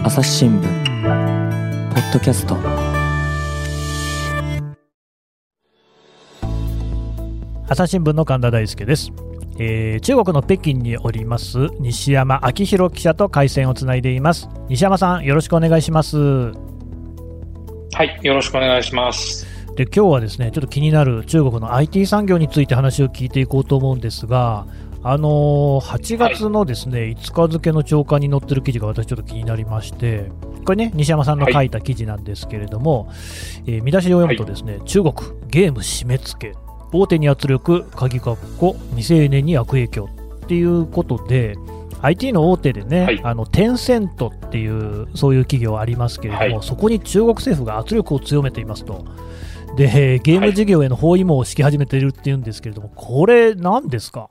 朝日新聞ポッドキャスト。 朝日新聞の神田大輔です。中国の北京におります西山明宏記者と回線をつないでいます。西山さん、よろしくお願いします。 はい、よろしくお願いします。 で、今日はですね、ちょっと気になる中国の IT 産業について話を聞いていこうと思うんですが、8月のですね、5日付の朝刊に載ってる記事が私ちょっと気になりまして、これね、西山さんの書いた記事なんですけれども、見出しを読むとですね、中国ゲーム締め付け、大手に圧力、鍵括弧未成年に悪影響っていうことで、IT の大手でね、テンセントっていうそういう企業ありますけれども、そこに中国政府が圧力を強めていますと。で、ゲーム事業への包囲網を敷き始めているっていうんですけれども、これ何ですか？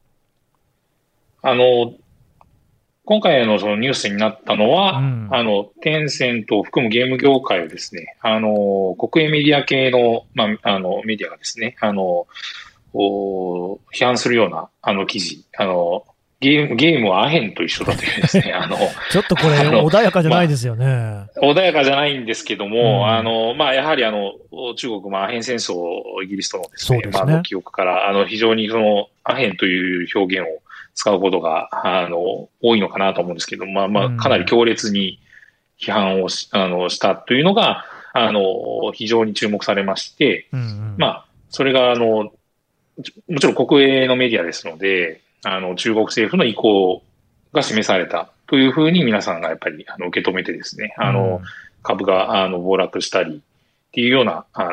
今回のそのニュースになったのは、テンセントを含むゲーム業界をですね、国営メディア系の、メディアがですね、批判するような、記事、ゲームはアヘンと一緒だというですね、 ちょっとこれ穏やかじゃないですよね。 穏やかじゃないんですけども、やはり中国、アヘン戦争、イギリスとのですね、記憶から、非常にその、アヘンという表現を使うことが、多いのかなと思うんですけど、かなり強烈に批判をしたというのが、非常に注目されまして、それが、もちろん国営のメディアですので、中国政府の意向が示されたというふうに皆さんがやっぱり受け止めてですね、株が暴落したりっていうような、あ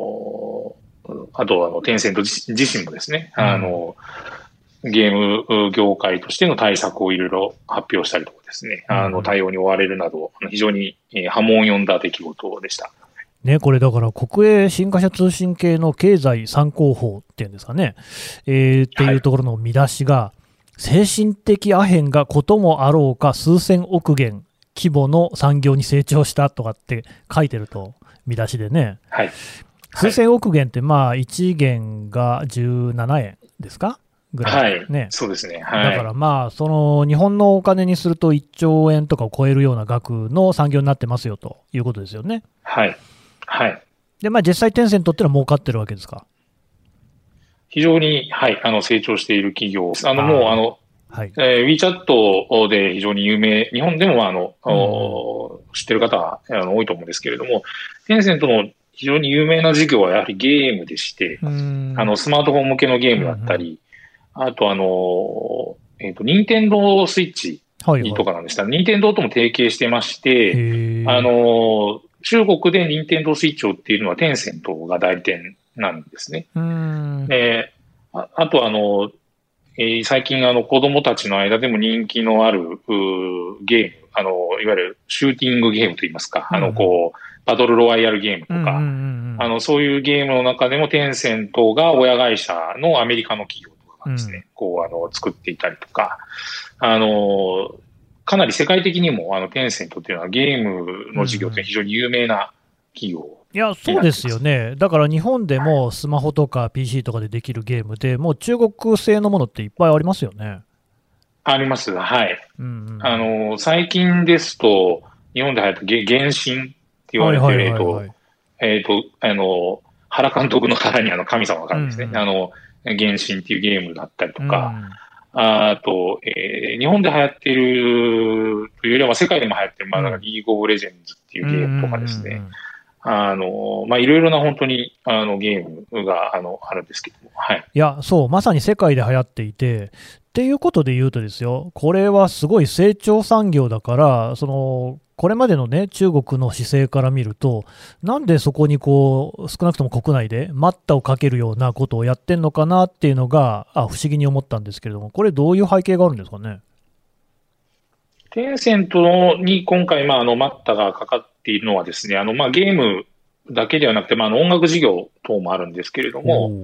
とテンセント自身もですね、ゲーム業界としての対策をいろいろ発表したりとかですね、対応に追われるなど、非常に波紋を呼んだ出来事でした。 ね、これだから国営新華社通信系の経済参考法っていうんですかね、っていうところの見出しが、精神的アヘンがこともあろうか数千億元規模の産業に成長したとかって書いてると、見出しでね。数千億元って1元が17円ですかぐらいね。 そうですね。 だからその日本のお金にすると1兆円とかを超えるような額の産業になってますよということですよね。で、実際テンセントってのは儲かってるわけですか？ 非常に、成長している企業。WeChat で非常に有名、日本でも知ってる方は多いと思うんですけれども、テンセントの非常に有名な事業はやはりゲームでして、スマートフォン向けのゲームだったり、あと任天堂スイッチとかなんですが、任天堂とも提携してまして、中国で任天堂スイッチを売っているのはテンセントが代理店なんですね。あと最近子供たちの間でも人気のあるゲーム、いわゆるシューティングゲームといいますか、バトルロワイヤルゲームとか、そういうゲームの中でもテンセントが親会社のアメリカの企業とかがですね、作っていたりとか、かなり世界的にもテンセントっていうのはゲームの事業って非常に有名な企業。 いや、そうですよね。だから日本でもスマホとか PC とかでできるゲームでもう中国製のものっていっぱいありますよね。 あります。最近ですと日本で流行った原神って言われてる原監督の原に神様がかるんですね。原神っていうゲームだったりとか、あと、日本で流行っているというよりは、世界でも流行っている、リーグオブレジェンズっていうゲームとかですね。いろいろな本当に、ゲームが、あるんですけども。 いや、そう、まさに世界で流行っていて、っていうことで言うとですよ、これはすごい成長産業だから、これまでのね、中国の姿勢から見ると、なんでそこに少なくとも国内で待ったをかけるようなことをやってんのかなっていうのが、不思議に思ったんですけれども、これどういう背景があるんですかね。 テンセントに今回、待ったがかかっているのはですね、ゲームだけではなくて、音楽事業等もあるんですけれども、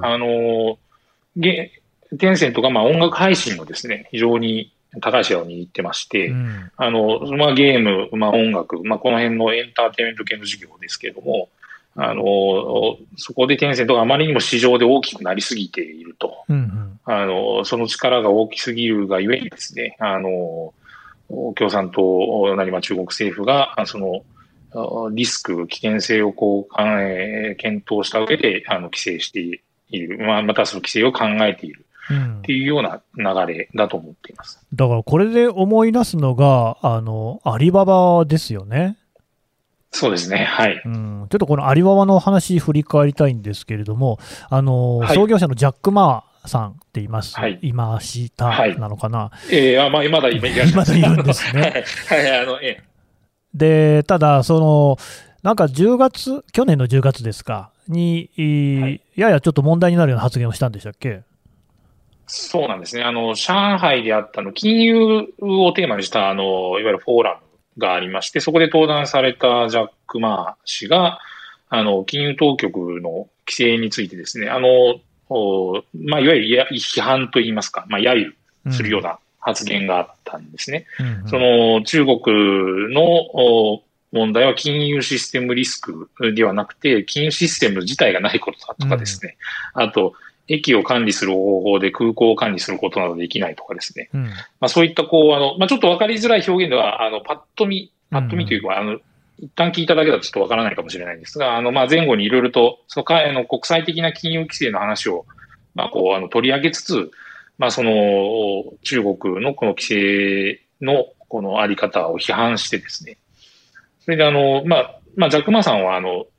テンセントが音楽配信のですね、非常に高いシェアを握ってまして、ゲーム、音楽、この辺のエンターテインメント系の事業ですけれども、そこでテンセントがあまりにも市場で大きくなりすぎていると。その力が大きすぎるがゆえにですね、 共産党なり中国政府が、リスク、危険性を検討した上で、規制している。またその規制を考えている。っていうような流れだと思っています。 だからこれで思い出すのが、アリババですよね。 そうですね。はい。 ちょっとこのアリババの話振り返りたいんですけれども、はい、創業者のジャック・マーさんって言います。はい、いましたなのかな。 まだいらっしゃいます。 まだいるんですね。 はい、 で、ただ、なんか去年の10月ですか、に、ややちょっと問題になるような発言をしたんでしたっけ？ そうなんですね。上海であった金融をテーマにした、いわゆるフォーラムがありまして、そこで登壇されたジャック・マー氏が、金融当局の規制についてですね、いわゆる批判といいますか、揶揄するような発言があったんですね。中国の問題は金融システムリスクではなくて、金融システム自体がないことだとかですね、あと、駅を管理する方法で空港を管理することなどできないとかですね。そういったちょっとわかりづらい表現では、パッと見というか、一旦聞いただけだとちょっとわからないかもしれないんですが、前後にいろいろと、国際的な金融規制の話を、取り上げつつ、中国のこの規制のこのあり方を批判してですね。それでジャック・マーさんは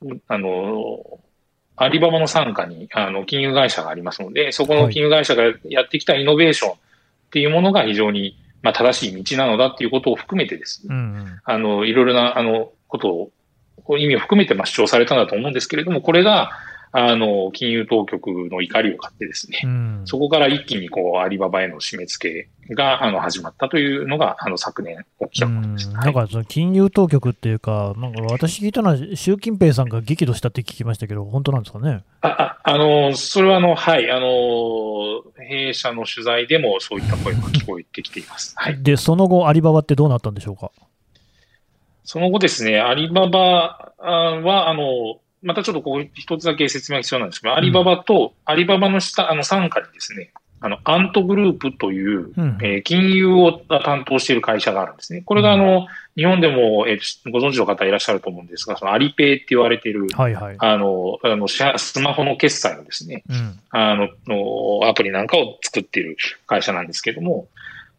アリババの傘下に、金融会社がありますので、そこの金融会社がやってきたイノベーションっていうものが非常に、正しい道なのだっていうことを含めてですね、いろいろな、ことを、意味を含めて、主張されたんだと思うんですけれども、これが、金融当局の怒りを買ってですね、そこから一気にアリババへの締め付けが始まったというのが昨年起きたことです。 なんかその金融当局っていうか、なんか私聞いたのは習近平さんが激怒したって聞きましたけど、本当なんですかね。 それははい、弊社の取材でもそういった声が聞こえてきています。はい、 で、その後アリババってどうなったんでしょうか。 その後ですね、アリババはまたちょっと一つだけ説明が必要なんですけど、アリババの下、傘下にですね、アントグループという、金融を担当している会社があるんですね。これが日本でも、ご存知の方いらっしゃると思うんですが、アリペイって言われている、スマホの決済のですね、アプリなんかを作っている会社なんですけども、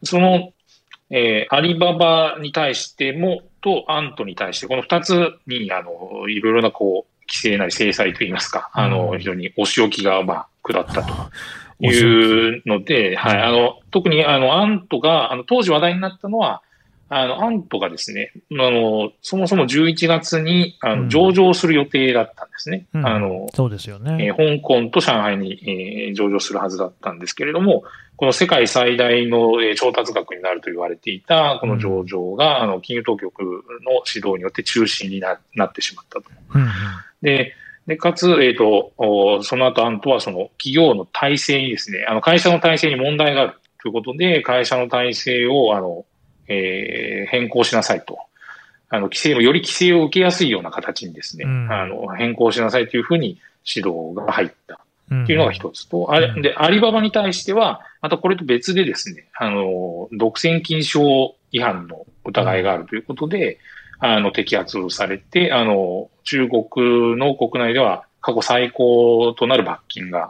アリババに対しても、アントに対して、この二つに、いろいろな規制なり制裁といいますか、非常にお仕置きが、下ったというので、特に、アントが、当時話題になったのは、アントがですね、そもそも11月に、上場する予定だったんですね。 そうですよね。 香港と上海に、上場するはずだったんですけれども、この世界最大の調達額になると言われていた、この上場が、金融当局の指導によって中止になってしまったと。で、かつ、その後、アントは企業の体制にですね、会社の体制に問題があるということで、会社の体制を、変更しなさいと。より規制を受けやすいような形にですね、変更しなさいというふうに指導が入った。っていうのが一つと、で、アリババに対しては、またこれと別でですね、独占禁止法違反の疑いがあるということで、摘発されて、中国の国内では過去最高となる罰金が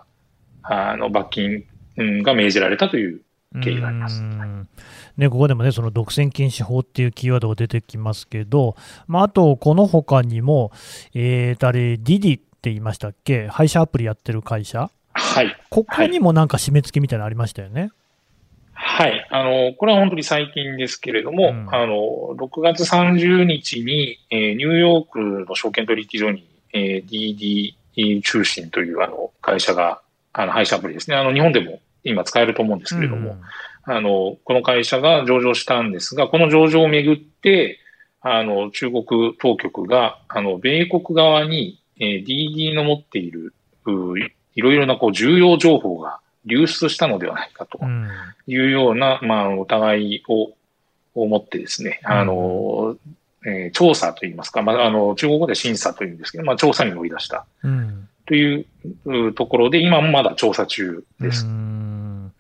命じられたという経緯があります。 ね、ここでもね、その独占禁止法っていうキーワードが出てきますけど、あと、この他にも、ディディって言いましたっけ、配車アプリやってる会社、 はい、 ここにもなんか締め付けみたいなのありましたよね。 はい。これは本当に最近ですけれども、6月30日に、ニューヨークの証券取引所に、DD 中心という会社が、配車アプリですね。日本でも今使えると思うんですけれども、この会社が上場したんですが、この上場をめぐって、中国当局が、米国側に、DD の持っている、いろいろな重要情報が流出したのではないかというような、疑いを持ってですね、調査といいますか、中国語で審査というんですけど、調査に乗り出したというところで、今もまだ調査中です。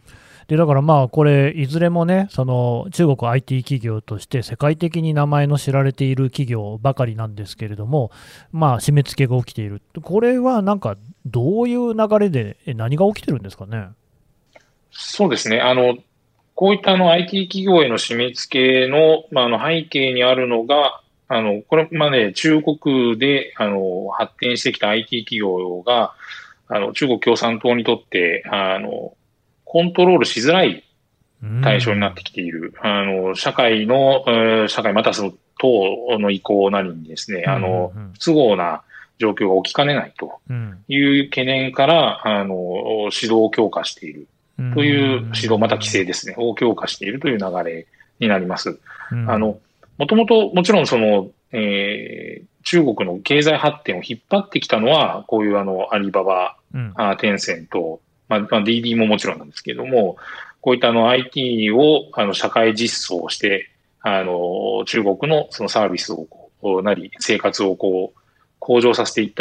でだからまあこれ、いずれもね、その中国 IT 企業として世界的に名前の知られている企業ばかりなんですけれども、まあ、締め付けが起きている、これはなんか、どういう流れで、何が起きてるんですかね。 そうですね。こういったIT 企業への締め付けの、背景にあるのが、これまで中国で、発展してきた IT 企業が、中国共産党にとって、コントロールしづらい対象になってきている。社会またその党の意向なりにですね、不都合な状況が起きかねないという懸念から、指導を強化しているという、指導また規制ですね、を強化しているという流れになります。もともと、もちろんその、中国の経済発展を引っ張ってきたのは、こういうアリババ、テンセント、DD ももちろんなんですけれども、こういったIT を社会実装して、中国のそのサービスを生活を向上させていった、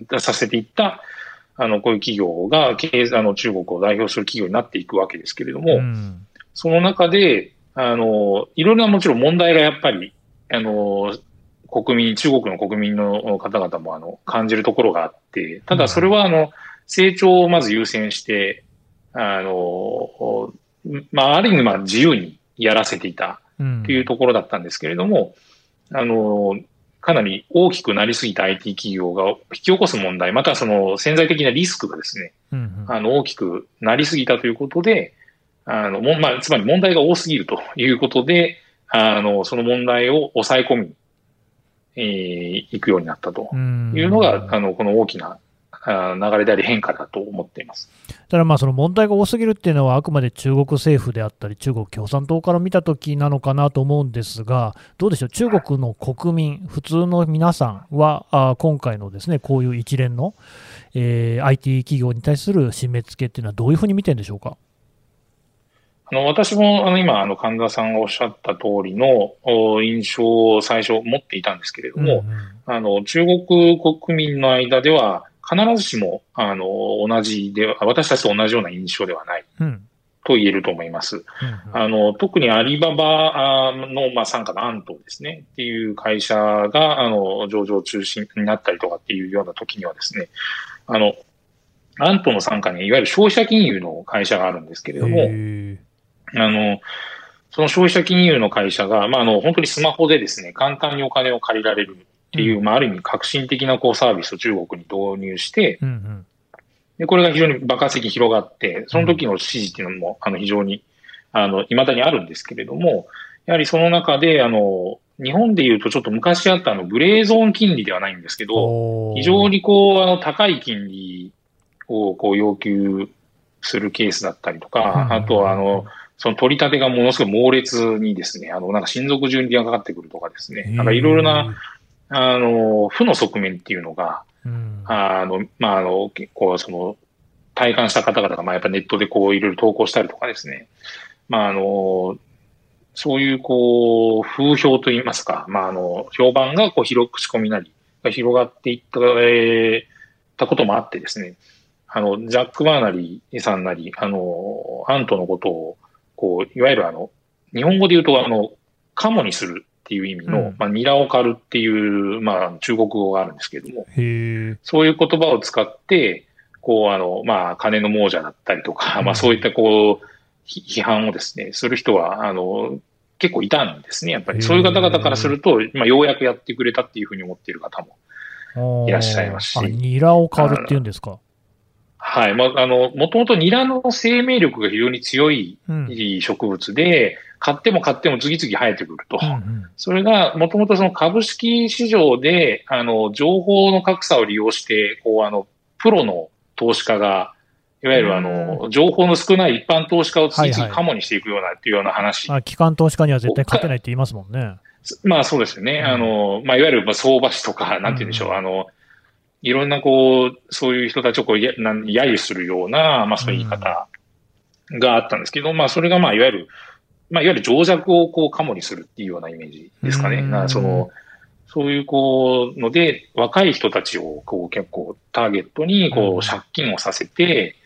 こういう企業が中国を代表する企業になっていくわけですけれども、その中で、いろいろなもちろん問題がやっぱり、中国の国民の方々も感じるところがあって、ただそれは成長をまず優先して、ある意味自由にやらせていたというところだったんですけれども、かなり大きくなりすぎた IT 企業が引き起こす問題、またその潜在的なリスクがですね、大きくなりすぎたということで、つまり問題が多すぎるということで、その問題を抑え込みに行くようになったというのが、この大きな流れであり変化だと思っています。 ただその問題が多すぎるっていうのはあくまで中国政府であったり中国共産党から見たときなのかなと思うんですが、どうでしょう、中国の国民、普通の皆さんは今回のですねこういう一連の、IT 企業に対する締め付けっていうのはどういうふうに見てるんでしょうか。 私も今神田さんがおっしゃった通りの印象を最初持っていたんですけれども、中国国民の間では必ずしも、私たちと同じような印象ではない、と言えると思います。特にアリババの、傘下のアントですね、っていう会社が、上場中心になったりとかっていうような時にはですね、アントの傘下にいわゆる消費者金融の会社があるんですけれども、その消費者金融の会社が、本当にスマホでですね、簡単にお金を借りられるっていう、ある意味革新的なサービスを中国に導入して、で、これが非常に爆発的に広がって、その時の支持っていうのも、非常に、未だにあるんですけれども、やはりその中で、日本で言うとちょっと昔あったグレーゾーン金利ではないんですけど、非常に高い金利を要求するケースだったりとか、あとはその取り立てがものすごい猛烈にですね、なんか親族順利がかかってくるとかですね、なんかいろいろな、負の側面っていうのが、結構体感した方々が、やっぱネットでいろいろ投稿したりとかですね、そういう風評といいますか、評判が口コミなりが広がっていったこともあってですね、ジャック・バーナリーさんなり、アントのことを、いわゆる日本語で言うと、カモにするっていう意味の、ニラを狩るっていう、中国語があるんですけれども、そういう言葉を使って、金の亡者だったりとか、そういった批判をですね、する人は、結構いたんですね、やっぱり。そういう方々からすると、ようやくやってくれたっていうふうに思っている方もいらっしゃいますし。 ニラを狩るっていうんですか。 はい。もともとニラの生命力が非常に強い植物で、買っても次々生えてくると。それが、もともとその株式市場で、情報の格差を利用して、プロの投資家が、いわゆる情報の少ない一般投資家を次々カモにしていくような、っていうような話。 機関投資家には絶対勝てないって言いますもんね。 そうですよね。いわゆる相場師とか、なんて言うんでしょう。いろんなそういう人たちを揶揄するような、そういう言い方があったんですけど、それがいわゆる情弱をカモにするっていうようなイメージですかね。そういうので、若い人たちを結構ターゲットに借金をさせて、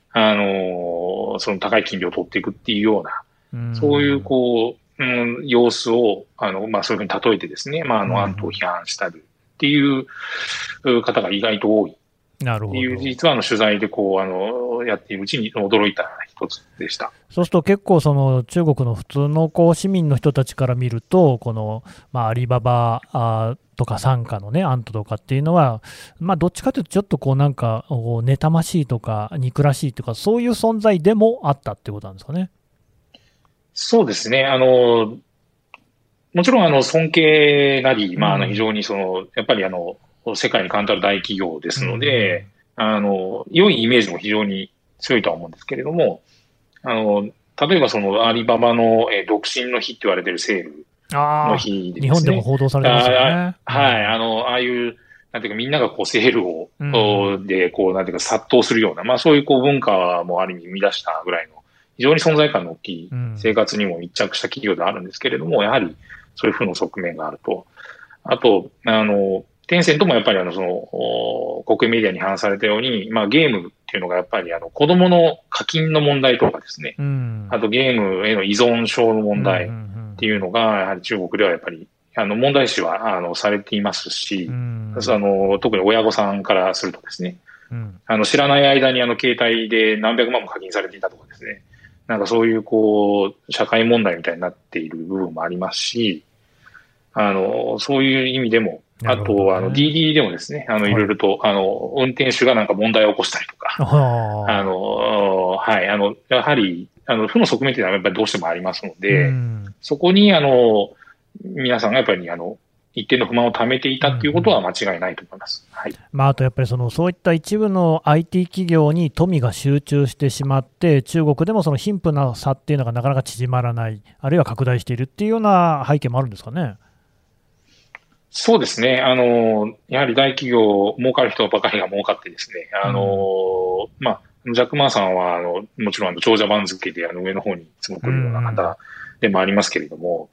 その高い金利を取っていくっていうような、そういうこう、様子を、まあそういうふうに例えてですね、まあアントを批判したりっていう方が意外と多い。 なるほど。っていう実は取材でこう、やっているうちに驚いた一つでした。 そうすると結構その中国の普通のこう市民の人たちから見ると、この、まあ、アリババとか傘下のね、アントとかっていうのは、まあ、どっちかというとちょっとこうなんか、妬ましいとか、憎らしいとか、そういう存在でもあったってことなんですかね。 そうですね。もちろん尊敬なり、まあ非常にやっぱり世界に冠たる大企業ですので、良いイメージも非常に強いとは思うんですけれども、例えばアリババの、独身の日って言われてるセールの日でですね。 日本でも報道されてますよね。 はい。ああいう、なんていうかみんながこうセールを、で、こう、なんていうか殺到するような、まあそういうこう文化もある意味生み出したぐらいの、非常に存在感の大きい生活にも密着した企業であるんですけれども、やはりそういう負の側面があると。あと、テンセントもやっぱり国営メディアに反されたように、まあゲームっていうのがやっぱり子供の課金の問題とかですね、あとゲームへの依存症の問題っていうのが、やはり中国ではやっぱり、問題視は、されていますし、特に親御さんからするとですね、知らない間に携帯で何百万も課金されていたとかですね、なんかそういうこう、社会問題みたいになっている部分もありますし、そういう意味でも、あと、DD でもですね、いろいろと、運転手がなんか問題を起こしたりとか、はい、やはり、負の側面っていうのはやっぱりどうしてもありますので、そこに、皆さんがやっぱり、一定の不満を溜めていたっていうことは間違いないと思います。はい。 まあ、あとやっぱりそういった一部の IT 企業に富が集中してしまって、中国でもその貧富の差っていうのがなかなか縮まらない、あるいは拡大しているっていうような背景もあるんですかね。 そうですね。やはり大企業、儲かる人ばかりが儲かってですね、まあ、ジャック・マーさんは、もちろん長者番付で上の方にすごく来るような方でもありますけれども、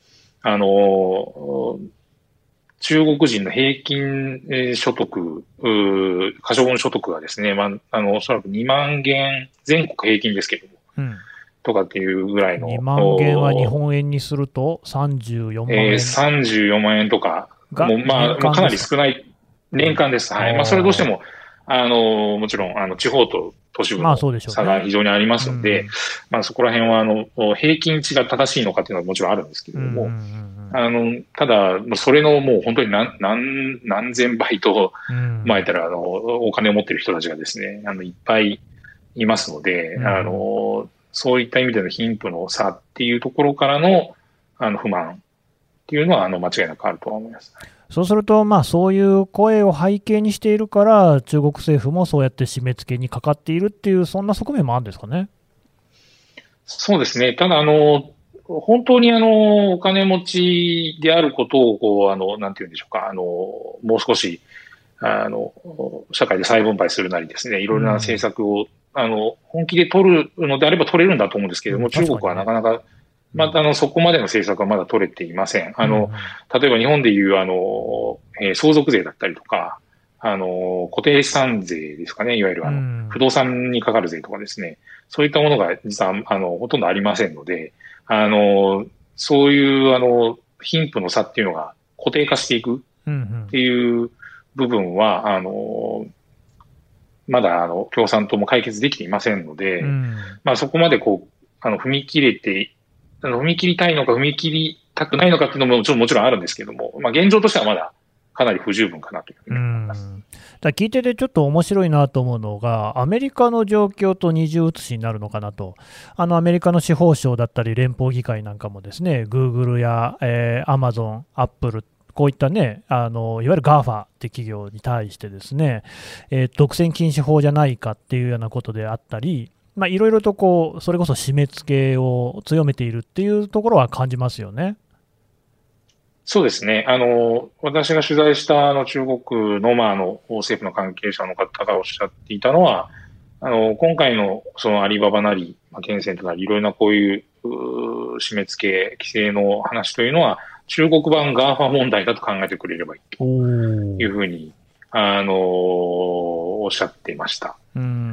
中国人の平均所得、可処分所得がですね、まあ、おそらく2万元、全国平均ですけれども、とかっていうぐらいの。 2万元は日本円にすると34万円。 34万円とか、もうまあ、かなり少ない、年間です。はい。まあ、それどうしても、もちろん、地方と都市部の差が非常にありますので、まあ、そこら辺は、平均値が正しいのかっていうのはもちろんあるんですけれども、ただ、それのもう本当に何千倍と、前たら、お金を持っている人たちがですね、いっぱいいますので、そういった意味での貧富の差っていうところからの、不満っていうのは、間違いなくあると思います。 そうすると、まあ、そういう声を背景にしているから、中国政府もそうやって締め付けにかかっているっていう、そんな側面もあるんですかね。 そうですね。ただ、本当にお金持ちであることを、こう、なんて言うんでしょうか、もう少し、社会で再分配するなりですね、いろいろな政策を、本気で取るのであれば取れるんだと思うんですけれども、中国はなかなか、またそこまでの政策はまだ取れていません。例えば日本でいう相続税だったりとか、固定資産税ですかね、いわゆる不動産にかかる税とかですね、そういったものが実はほとんどありませんので、そういう貧富の差っていうのが固定化していくっていう部分は、まだ共産党も解決できていませんので、まあそこまでこう、踏み切りたいのか踏み切りたくないのかっていうのももちろんあるんですけども、まあ現状としてはまだかなり不十分かなというふうに思います。 だ聞いててちょっと面白いなと思うのが、アメリカの状況と二重写しになるのかなと、アメリカの司法省だったり、連邦議会なんかもですね、グーグルや、アマゾン、アップル、こういったね、いわゆる GAFA って企業に対してですね、独占禁止法じゃないかっていうようなことであったり、まあ、いろいろとこう、それこそ締め付けを強めているっていうところは感じますよね。 そうですね。私が取材した中国の、まあ、政府の関係者の方がおっしゃっていたのは、今回のそのアリババなり、テンセントなり、いろいろなこういう締め付け、規制の話というのは、中国版ガーファ問題だと考えてくれればいいというふうに、おっしゃっていました。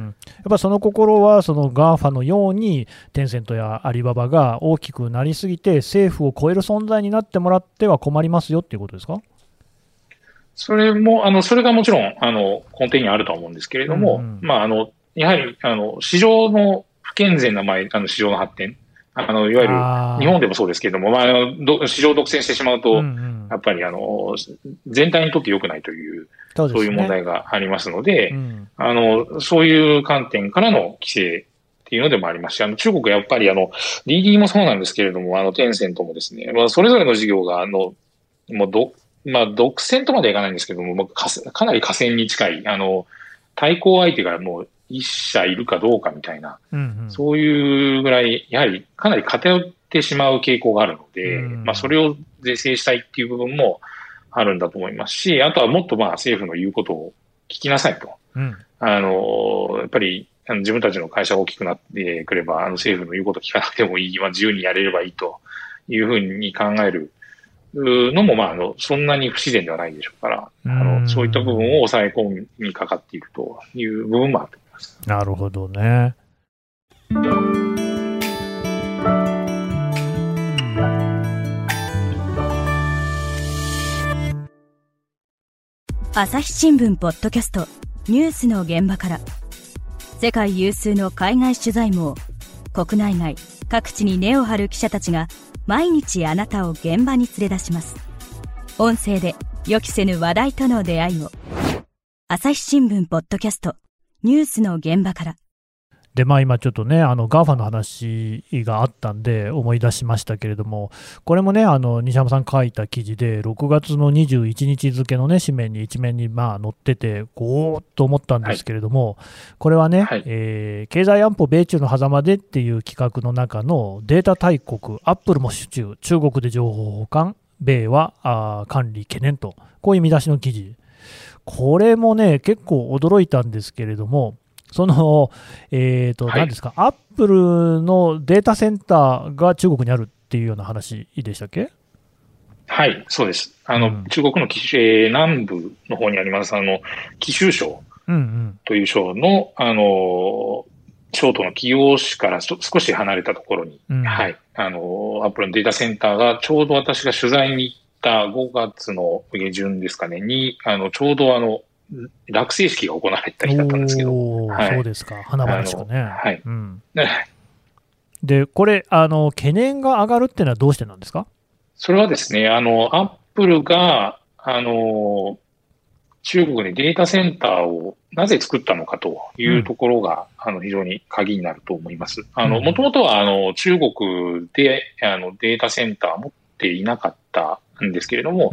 やっぱその心は、その GAFA のように、テンセントやアリババが大きくなりすぎて、政府を超える存在になってもらっては困りますよっていうことですか？ それも、それがもちろん、根底にあるとは思うんですけれども、やはり、市場の不健全な市場の発展、いわゆる、日本でもそうですけれども、市場を独占してしまうと、やっぱり、全体にとって良くないという、そういう問題がありますので、そういう観点からの規制っていうのでもありますし、中国やっぱりDD もそうなんですけれども、テンセントもですね、それぞれの事業が、もう独占とまではいかないんですけども、かなり寡占に近い、対抗相手がもう一社いるかどうかみたいな、そういうぐらい、やはりかなり偏ってしまう傾向があるので、それを是正したいっていう部分もあるんだと思いますし、あとはもっと政府の言うことを聞きなさいと。やっぱり自分たちの会社が大きくなってくれば、政府の言うことを聞かなくてもいい、自由にやれればいいというふうに考えるのも、そんなに不自然ではないでしょうから、そういった部分を抑え込みにかかっているという部分もあると思います。 なるほどね。 朝日新聞ポッドキャストニュースの現場から、世界有数の海外取材網、国内外各地に根を張る記者たちが毎日あなたを現場に連れ出します。音声で予期せぬ話題との出会いを。朝日新聞ポッドキャストニュースの現場から。 で今ちょっとね、GAFA の話があったんで思い出しましたけれども、これもね、西山さん書いた記事で、6月の21日付のね、紙面に一面に載ってて、ごーっと思ったんですけれども、これはね、経済安保米中の狭間でっていう企画の中のデータ大国、アップルも手中、中国で情報保管、米は管理懸念と、こういう見出しの記事。これもね、結構驚いたんですけれども、何ですか、アップルのデータセンターが中国にあるっていうような話でしたっけ？ はい、そうです。中国の南部の方にあります、貴州省という省の、省都の貴陽市から少し離れたところに、はい、アップルのデータセンターがちょうど私が取材に行った5月の下旬ですかね、に、ちょうど落成式が行われた日だったんですけど。 そうですか。華々しくね。 はい。 で、これ、懸念が上がるっていうのはどうしてなんですか？ それはですね、アップルが、中国にデータセンターをなぜ作ったのかというところが、非常に鍵になると思います。もともとは、中国で、データセンターを持っていなかったんですけれども、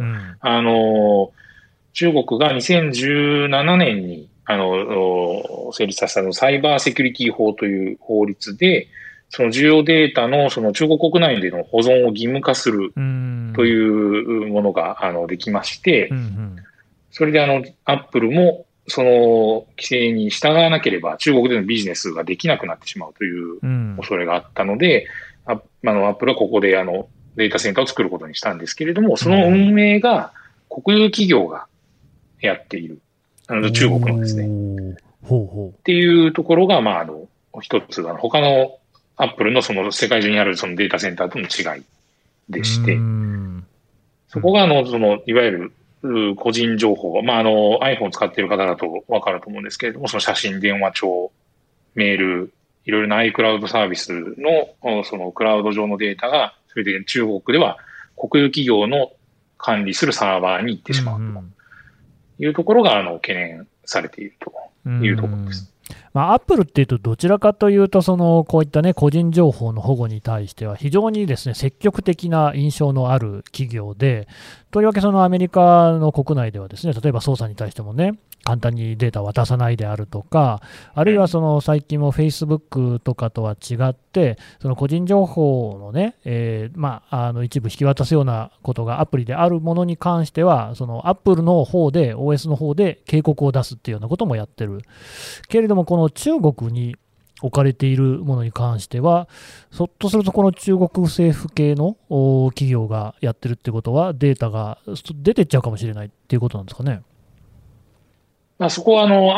中国が2017年に、成立させたサイバーセキュリティ法という法律で、その重要データのその中国国内での保存を義務化するというものが、できまして、それでアップルもその規制に従わなければ中国でのビジネスができなくなってしまうという恐れがあったので、アップルはここでデータセンターを作ることにしたんですけれども、その運営が国有企業がやっている。中国のですね。っていうところが、一つ、他のアップルのその世界中にあるそのデータセンターとの違いでして、そこがその、いわゆる個人情報、iPhone を使っている方だとわかると思うんですけれども、その写真、電話帳、メール、いろいろな iCloud サービスの、そのクラウド上のデータが、それで中国では国有企業の管理するサーバーに行ってしまうと。いうところが懸念されているというところです。 アップルっていうと、どちらかというと、こういったね、個人情報の保護に対しては、非常にですね、積極的な印象のある企業で、とりわけアメリカの国内ではですね、例えば捜査に対してもね、簡単にデータを渡さないであるとか、あるいは最近もフェイスブックとかとは違って、個人情報のね、一部引き渡すようなことがアプリであるものに関しては、アップルの方で、OS の方で警告を出すっていうようなこともやってる。けれども、この中国に置かれているものに関しては、ひょっとするとこの中国政府系の企業がやってるってことは、データが出てっちゃうかもしれないっていうことなんですかね。 そこはアッ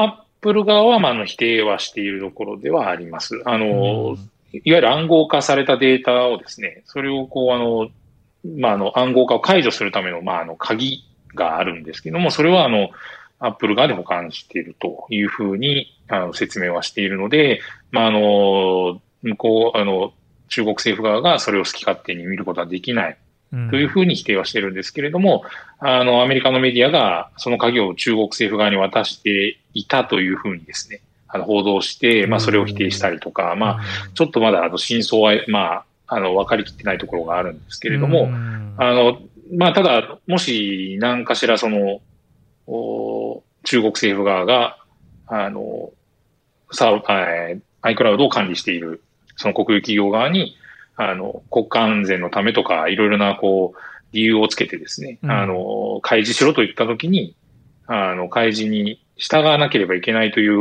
プル側は、否定はしているところではあります。いわゆる暗号化されたデータをですね、それを暗号化を解除するための、鍵があるんですけども、それはアップル側で保管しているというふうに、説明はしているので、向こう、中国政府側がそれを好き勝手に見ることはできないというふうに否定はしているんですけれども、アメリカのメディアがその鍵を中国政府側に渡していたというふうにですね、報道して、それを否定したりとか、ちょっとまだ真相は、分かりきってないところがあるんですけれども、ただ、もし何かしら中国政府側が、iCloud を管理している、その国有企業側に、国家安全のためとか、いろいろな、理由をつけてですね、開示しろと言ったときに、開示に従わなければいけないという、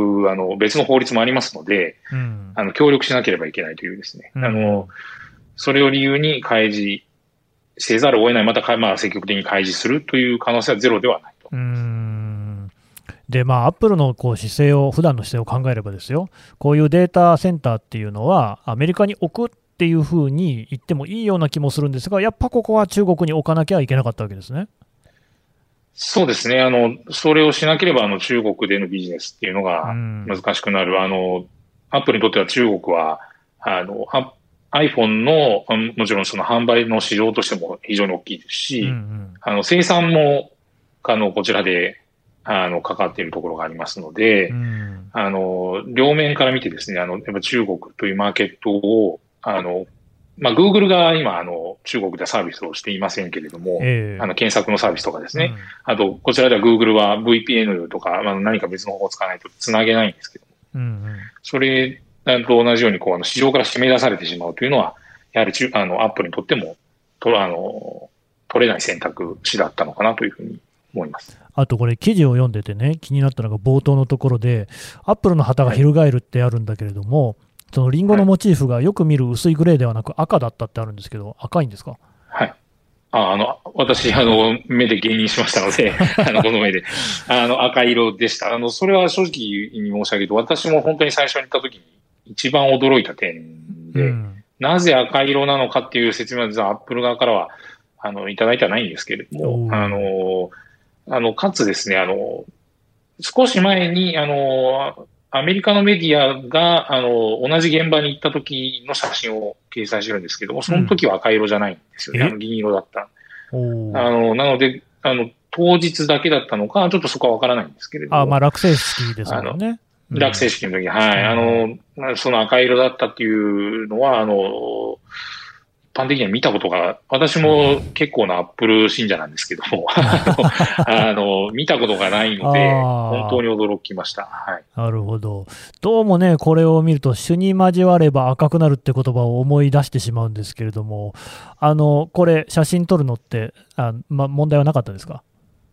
別の法律もありますので、協力しなければいけないというですね、それを理由に開示せざるを得ない、また、積極的に開示するという可能性はゼロではないと。 で、アップルの姿勢を、普段の姿勢を考えればですよ、こういうデータセンターっていうのは、アメリカに置くっていうふうに言ってもいいような気もするんですが、やっぱここは中国に置かなきゃいけなかったわけですね。 そうですね。それをしなければ、中国でのビジネスっていうのが難しくなる。アップルにとっては中国は、iPhone の、もちろんその販売の市場としても非常に大きいですし、生産も、こちらで、かかっているところがありますので、両面から見てですね、やっぱ中国というマーケットを、Google が今、中国でサービスをしていませんけれども、検索のサービスとかですね。あと、こちらでは Google は VPN とか、何か別の方法を使わないと繋げないんですけども、それと同じように、市場から締め出されてしまうというのは、やはりアップルにとっても、取れない選択肢だったのかなというふうに思います。 あとこれ記事を読んでてね、気になったのが冒頭のところで、アップルの旗が翻るってあるんだけれども、そのリンゴのモチーフがよく見る薄いグレーではなく赤だったってあるんですけど、赤いんですか？ はい。私、目で芸人しましたので、この目で、赤色でした。それは正直に申し上げると、私も本当に最初に行った時に一番驚いた点で、なぜ赤色なのかっていう説明は実はアップル側からは、いただいてはないんですけれども、かつですね、少し前に、アメリカのメディアが、同じ現場に行った時の写真を掲載してるんですけども、その時は赤色じゃないんですよね。銀色だった。なので、当日だけだったのか、ちょっとそこはわからないんですけれども。 落成式ですもんね。 落成式の時、はい。その赤色だったっていうのは、一般的には見たことが、私も結構なアップル信者なんですけども、見たことがないので、本当に驚きました。はい。 なるほど。どうもね、これを見ると、朱に交われば赤くなるって言葉を思い出してしまうんですけれども、これ、写真撮るのって、問題はなかったですか？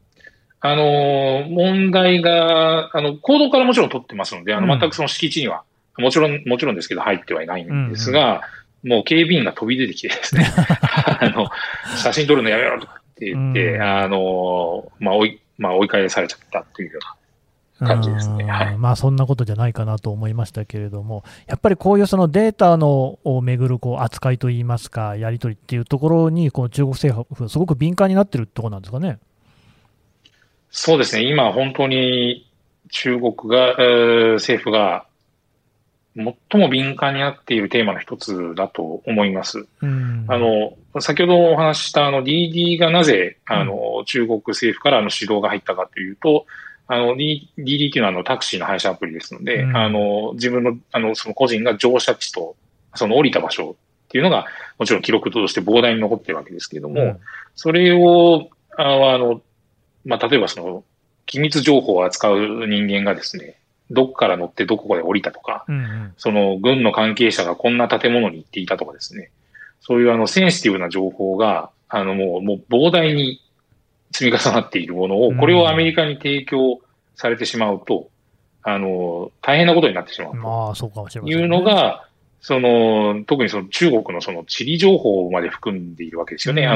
問題が、公道からもちろん撮ってますので、全くその敷地には、もちろんですけど入ってはいないんですが、もう警備員が飛び出てきてですね、写真撮るのやめろとかって言って、追い返されちゃったというような感じですね。はい。 そんなことじゃないかなと思いましたけれども、やっぱりこういうそのデータをめぐる扱いといいますか、やり取りっていうところに、この中国政府、すごく敏感になってるところなんですかね。 そうですね。今、本当に中国が、政府が、最も敏感になっているテーマの一つだと思います。先ほどお話ししたDD がなぜ、中国政府から指導が入ったかというと、DD というのはタクシーの配車アプリですので、自分の、その個人が乗車地と、その降りた場所っていうのが、もちろん記録として膨大に残っているわけですけれども、それを、例えばその、機密情報を扱う人間がですね、どこから乗ってどこで降りたとか、その軍の関係者がこんな建物に行っていたとかですね、そういうセンシティブな情報が、もう膨大に積み重なっているものを、これをアメリカに提供されてしまうと、大変なことになってしまうというのが、特にその中国のその地理情報まで含んでいるわけですよね。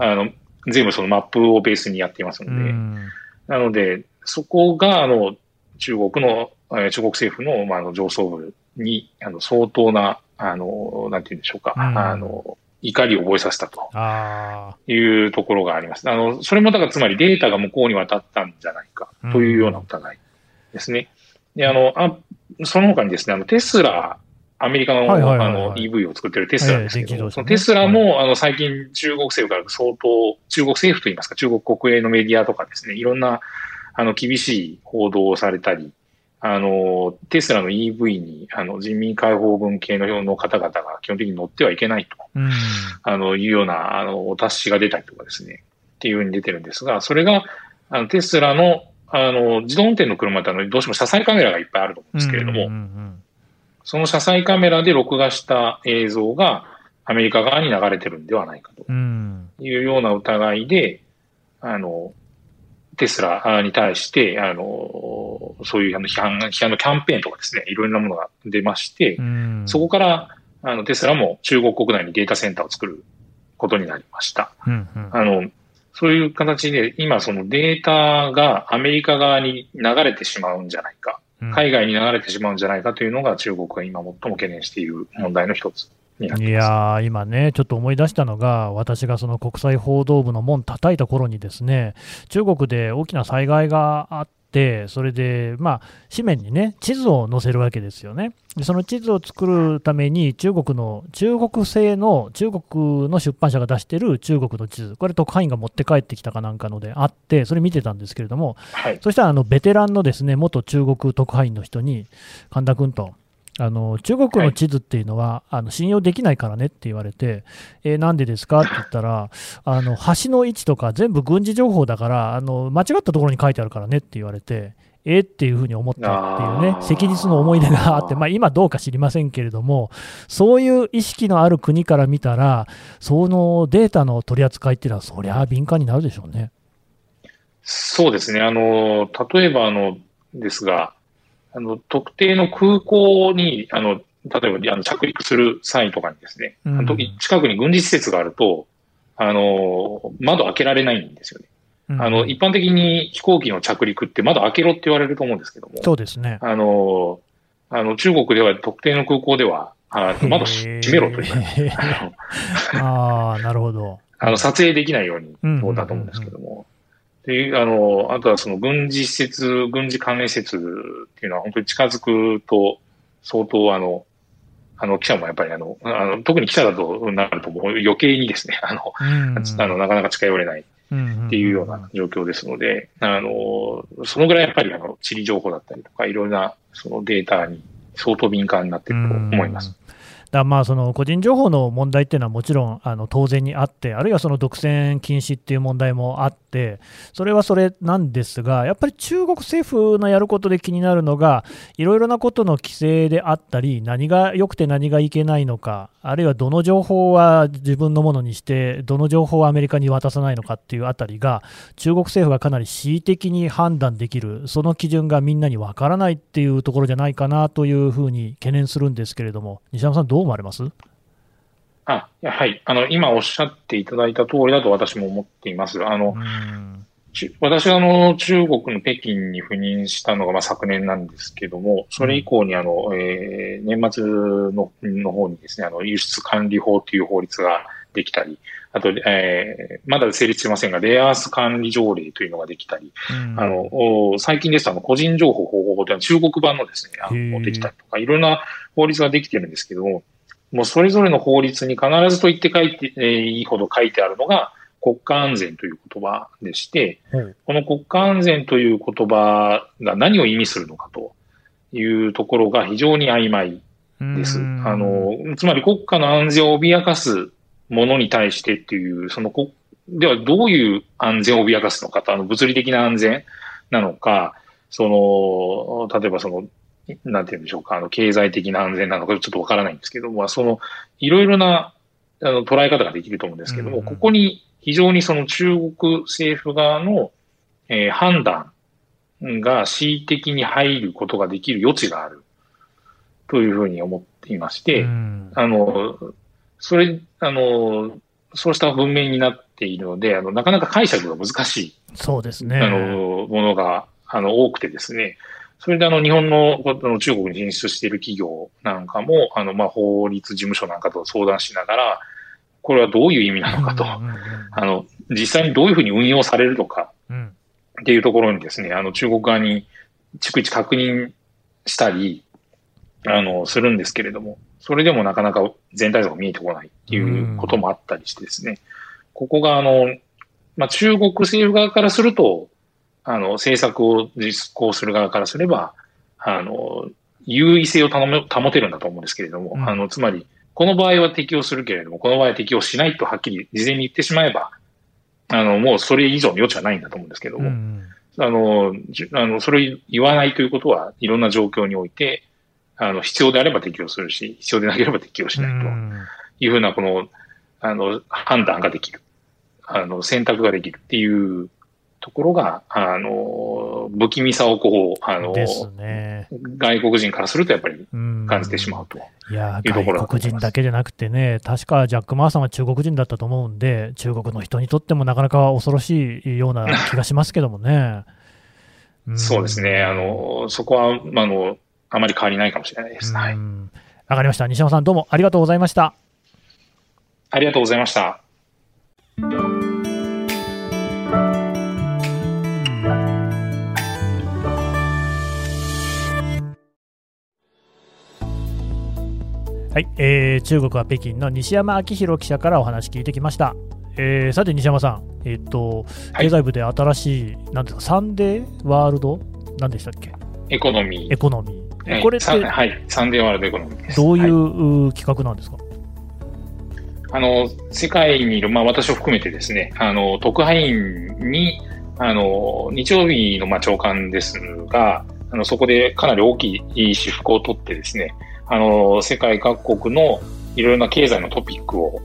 全部そのマップをベースにやっていますので。なので、そこが、 中国政府の、上層部に、相当な、なんて言うんでしょうか、怒りを覚えさせたというところがあります。それもだからつまりデータが向こうに渡ったんじゃないかというような疑いですね。で、その他にですね、テスラ、アメリカの、EV を作っているテスラですけども、そのテスラも、最近中国政府から相当、中国政府といいますか、中国国営のメディアとかですね、いろんな、厳しい報道をされたり、テスラの EV に、人民解放軍系の方々が基本的に乗ってはいけないと、いうような、お達しが出たりとかですね、っていうふうに出てるんですが、それが、テスラの、自動運転の車ってどうしても車載カメラがいっぱいあると思うんですけれども、その車載カメラで録画した映像がアメリカ側に流れてるんではないかというような疑いで、テスラに対して、そういう批判のキャンペーンとかですね、いろいろなものが出まして、そこから、テスラも中国国内にデータセンターを作ることになりました。そういう形で、今そのデータがアメリカ側に流れてしまうんじゃないか、海外に流れてしまうんじゃないかというのが中国が今最も懸念している問題の一つ。いや今ね、ちょっと思い出したのが、私がその国際報道部の門叩いた頃にですね、中国で大きな災害があって、それで、紙面にね、地図を載せるわけですよね。その地図を作るために、中国製の中国の出版社が出している中国の地図、これ、特派員が持って帰ってきたかなんかのであって、それ見てたんですけれども、そしたらベテランのですね、元中国特派員の人に、神田君と、中国の地図っていうのは、信用できないからねって言われて、なんでですかって言ったら、橋の位置とか全部軍事情報だから、間違ったところに書いてあるからねって言われて、っていうふうに思ったっていうね、赤日の思い出があって、今どうか知りませんけれども、そういう意識のある国から見たら、そのデータの取り扱いっていうのは、そりゃ敏感になるでしょうね。 そうですね。例えばですが、特定の空港に、例えば着陸する際とかにですね、近くに軍事施設があると、窓開けられないんですよね。一般的に飛行機の着陸って窓開けろって言われると思うんですけども、 そうですね。 中国では特定の空港では、窓閉めろと言われる。 なるほど。 撮影できないように、そうだと思うんですけども。あとはその軍事関連施設っていうのは本当に近づくと、相当記者もやっぱり特に記者だとなるともう余計にですね、なかなか近寄れないっていうような状況ですので、そのぐらいやっぱり地理情報だったりとか、いろいろなそのデータに相当敏感になっていると思います。 その個人情報の問題っていうのはもちろん当然にあって、あるいはその独占禁止っていう問題もあって、それはそれなんですが、やっぱり中国政府のやることで気になるのが、いろいろなことの規制であったり、何が良くて何がいけないのか、あるいはどの情報は自分のものにして、どの情報はアメリカに渡さないのかっていうあたりが、中国政府がかなり恣意的に判断できる、その基準がみんなにわからないっていうところじゃないかなというふうに懸念するんですけれども、西山さん、どう思われます？ はい。今おっしゃっていただいた通りだと私も思っています。私が中国の北京に赴任したのが昨年なんですけども、それ以降に年末の方にですね、輸出管理法という法律ができたり、あと、まだ成立してませんが、レアアース管理条例というのができたり、最近ですと個人情報保護法というのは中国版のですね、もできたりとか、いろんな法律ができてるんですけども、もうそれぞれの法律に必ずと言っていいほど書いてあるのが国家安全という言葉でして、この国家安全という言葉が何を意味するのかというところが非常に曖昧です。つまり国家の安全を脅かすものに対してっていう、ではどういう安全を脅かすのかと、物理的な安全なのか、例えばなんて言うんでしょうか、経済的な安全なのかちょっとわからないんですけども、いろいろな、捉え方ができると思うんですけども、ここに非常に中国政府側の、判断が恣意的に入ることができる余地があるというふうに思っていまして、そうした文面になっているので、なかなか解釈が難しい。 そうですね。 ものが、多くてですね、 それで日本の中国に進出している企業なんかも、法律事務所なんかと相談しながら、これはどういう意味なのかと、実際にどういうふうに運用されるのかっていうところにですね、中国側に逐一確認したり、するんですけれども、それでもなかなか全体像が見えてこないっていうこともあったりしてですね、ここが中国政府側からすると、政策を実行する側からすれば、優位性を保てるんだと思うんですけれども、つまり、この場合は適用するけれども、この場合は適用しないとはっきり事前に言ってしまえば、もうそれ以上の余地はないんだと思うんですけども、それを言わないということは、いろんな状況において、必要であれば適用するし、必要でなければ適用しないというふうな、判断ができる。選択ができるっていうところが、不気味さをですね、 外国人からするとやっぱり感じてしまうというところだと思います。 外国人だけじゃなくてね、確かジャック・マーさんは中国人だったと思うんで、中国の人にとってもなかなか恐ろしいような気がしますけどもね。 そうですね。そこは、あまり変わりないかもしれないです。はい。 わかりました。西山さん、どうもありがとうございました。 ありがとうございました。 はい、中国は北京の西山明宏記者からお話聞いてきました。さて西山さん、経済部で新しい、なんですか、サンデーワールド何でしたっけ？ エコノミー。 これって、 はい、サンデーワールドエコノミーです。 どういう企画なんですか？ 世界にいる、私を含めてですね、特派員に、日曜日の朝刊ですが、そこでかなり大きい私服を取ってですね、世界各国のいろいろな経済のトピックを、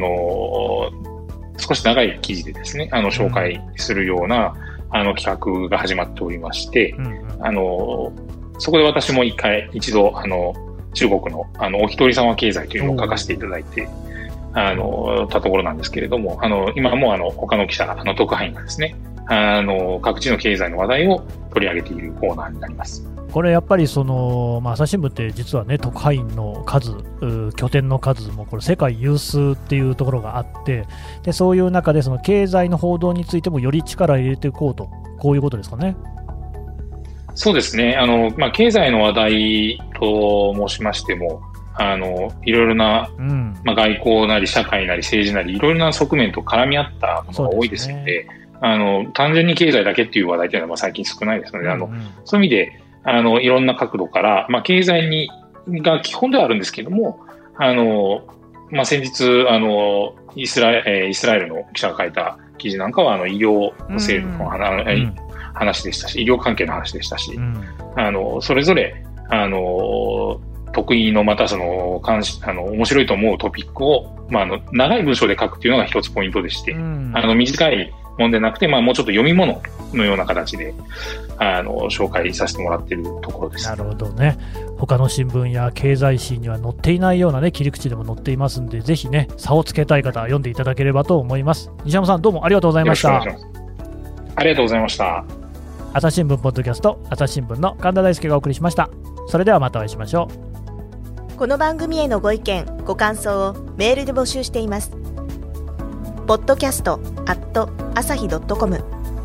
少し長い記事でですね、紹介するような、企画が始まっておりまして、そこで私も一度、中国の、お一人様経済というのを書かせていただいて、たところなんですけれども、今も他の記者、特派員がですね、各地の経済の話題を取り上げているコーナーになります。 これやっぱり朝日新聞って実はね、特派員の数、拠点の数もこれ世界有数っていうところがあって、でそういう中でその経済の報道についてもより力を入れていこうと、こういうことですかね。 そうですね。経済の話題と申しましても、いろいろな、外交なり社会なり政治なりいろいろな側面と絡み合ったものが多いですので、単純に経済だけっていう話題というのは最近少ないですので、そういう意味でいろんな角度から、経済が基本ではあるんですけれども、先日イスラエルの記者が書いた記事なんかは医療制度の話でしたし、医療関係の話でしたし、それぞれ得意のまた面白いと思うトピックを、長い文章で書くというのが一つポイントでして、短いもんでなくて、もうちょっと読み物のような形で紹介させてもらっているところです。 なるほどね。他の新聞や経済誌には載っていないようなね、切り口でも載っていますんで、ぜひね、差をつけたい方は読んでいただければと思います。西山さん、どうもありがとうございました。 ありがとうございました。 朝日新聞ポッドキャスト、朝日新聞の神田大輔がお送りしました。それではまたお会いしましょう。 この番組へのご意見、ご感想をメールで募集しています。podcast@asahi.com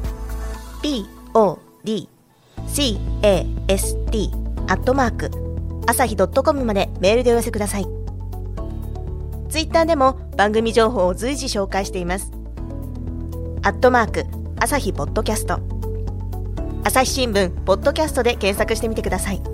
podcast@asahi.com までメールでお寄せください。ツイッターでも番組情報を随時紹介しています。@朝日ポッドキャスト、朝日新聞ポッドキャストで検索してみてください。